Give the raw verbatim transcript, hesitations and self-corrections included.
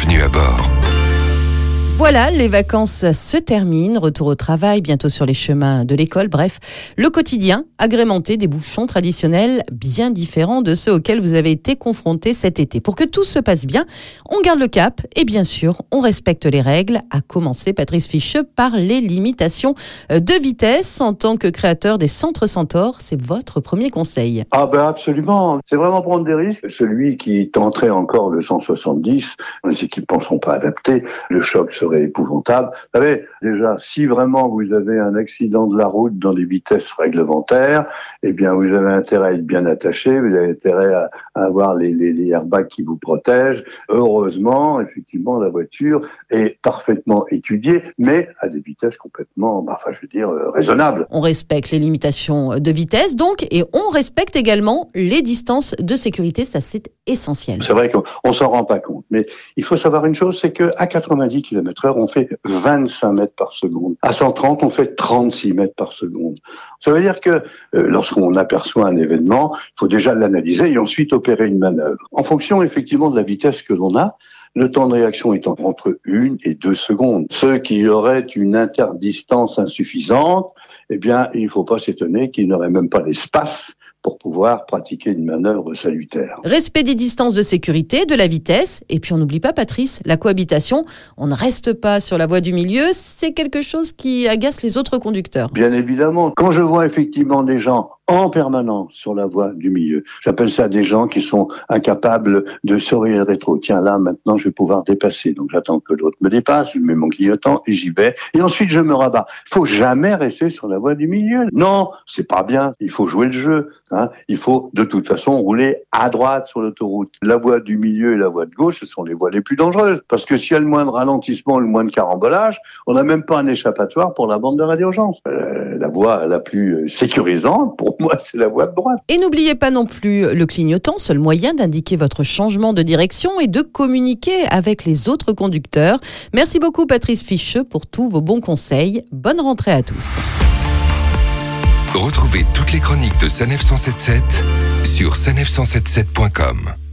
bienvenue à bord. Voilà, les vacances se terminent, retour au travail, bientôt sur les chemins de l'école. Bref, le quotidien agrémenté des bouchons traditionnels bien différents de ceux auxquels vous avez été confrontés cet été. Pour que tout se passe bien, on garde le cap et bien sûr, on respecte les règles, à commencer, Patrice Ficheux, par les limitations de vitesse. En tant que créateur des Centres Centaures, c'est votre premier conseil. Ah ben absolument, c'est vraiment prendre des risques. Celui qui tenterait encore le cent soixante-dix, les équipements ne sont pas adaptés, le choc serait épouvantable. Vous savez, déjà, si vraiment vous avez un accident de la route dans les vitesses réglementaires, eh bien, vous avez intérêt à être bien attaché, vous avez intérêt à, à avoir les, les, les airbags qui vous protègent. Heureusement, effectivement, la voiture est parfaitement étudiée, mais à des vitesses complètement, bah, enfin, je veux dire, euh, raisonnables. On respecte les limitations de vitesse, donc, et on respecte également les distances de sécurité, ça c'est essentiel. C'est vrai qu'on ne s'en rend pas compte, mais il faut savoir une chose, c'est qu'à quatre-vingt-dix kilomètres heure, on fait vingt-cinq mètres par seconde. À cent trente, on fait trente-six mètres par seconde. Ça veut dire que euh, lorsqu'on aperçoit un événement, il faut déjà l'analyser et ensuite opérer une manœuvre. En fonction effectivement de la vitesse que l'on a, le temps de réaction étant entre une et deux secondes. Ceux qui auraient une interdistance insuffisante, eh bien, il ne faut pas s'étonner qu'ils n'auraient même pas l'espace pour pouvoir pratiquer une manœuvre salutaire. Respect des distances de sécurité, de la vitesse, et puis on n'oublie pas, Patrice, la cohabitation. On ne reste pas sur la voie du milieu, c'est quelque chose qui agace les autres conducteurs. Bien évidemment, quand je vois effectivement des gens en permanence sur la voie du milieu, j'appelle ça des gens qui sont incapables de surveiller le rétro. Tiens, là, maintenant, je vais pouvoir dépasser. Donc, j'attends que l'autre me dépasse, je mets mon clignotant et j'y vais. Et ensuite, je me rabats. Il faut jamais rester sur la voie du milieu. Non, c'est pas bien. Il faut jouer le jeu. Hein. Il faut, de toute façon, rouler à droite sur l'autoroute. La voie du milieu et la voie de gauche, ce sont les voies les plus dangereuses. Parce que s'il y a le moins de ralentissement, le moins de carambolage, on n'a même pas un échappatoire pour la bande de radio-urgence. Euh, la voie la plus sécurisante, pour moi, c'est la voie de droite. Et n'oubliez pas non plus le clignotant, seul moyen d'indiquer votre changement de direction et de communiquer avec les autres conducteurs. Merci beaucoup Patrice Ficheux pour tous vos bons conseils. Bonne rentrée à tous. Retrouvez toutes les chroniques de Sanef cent soixante-dix-sept sur sanef cent soixante-dix-sept point com.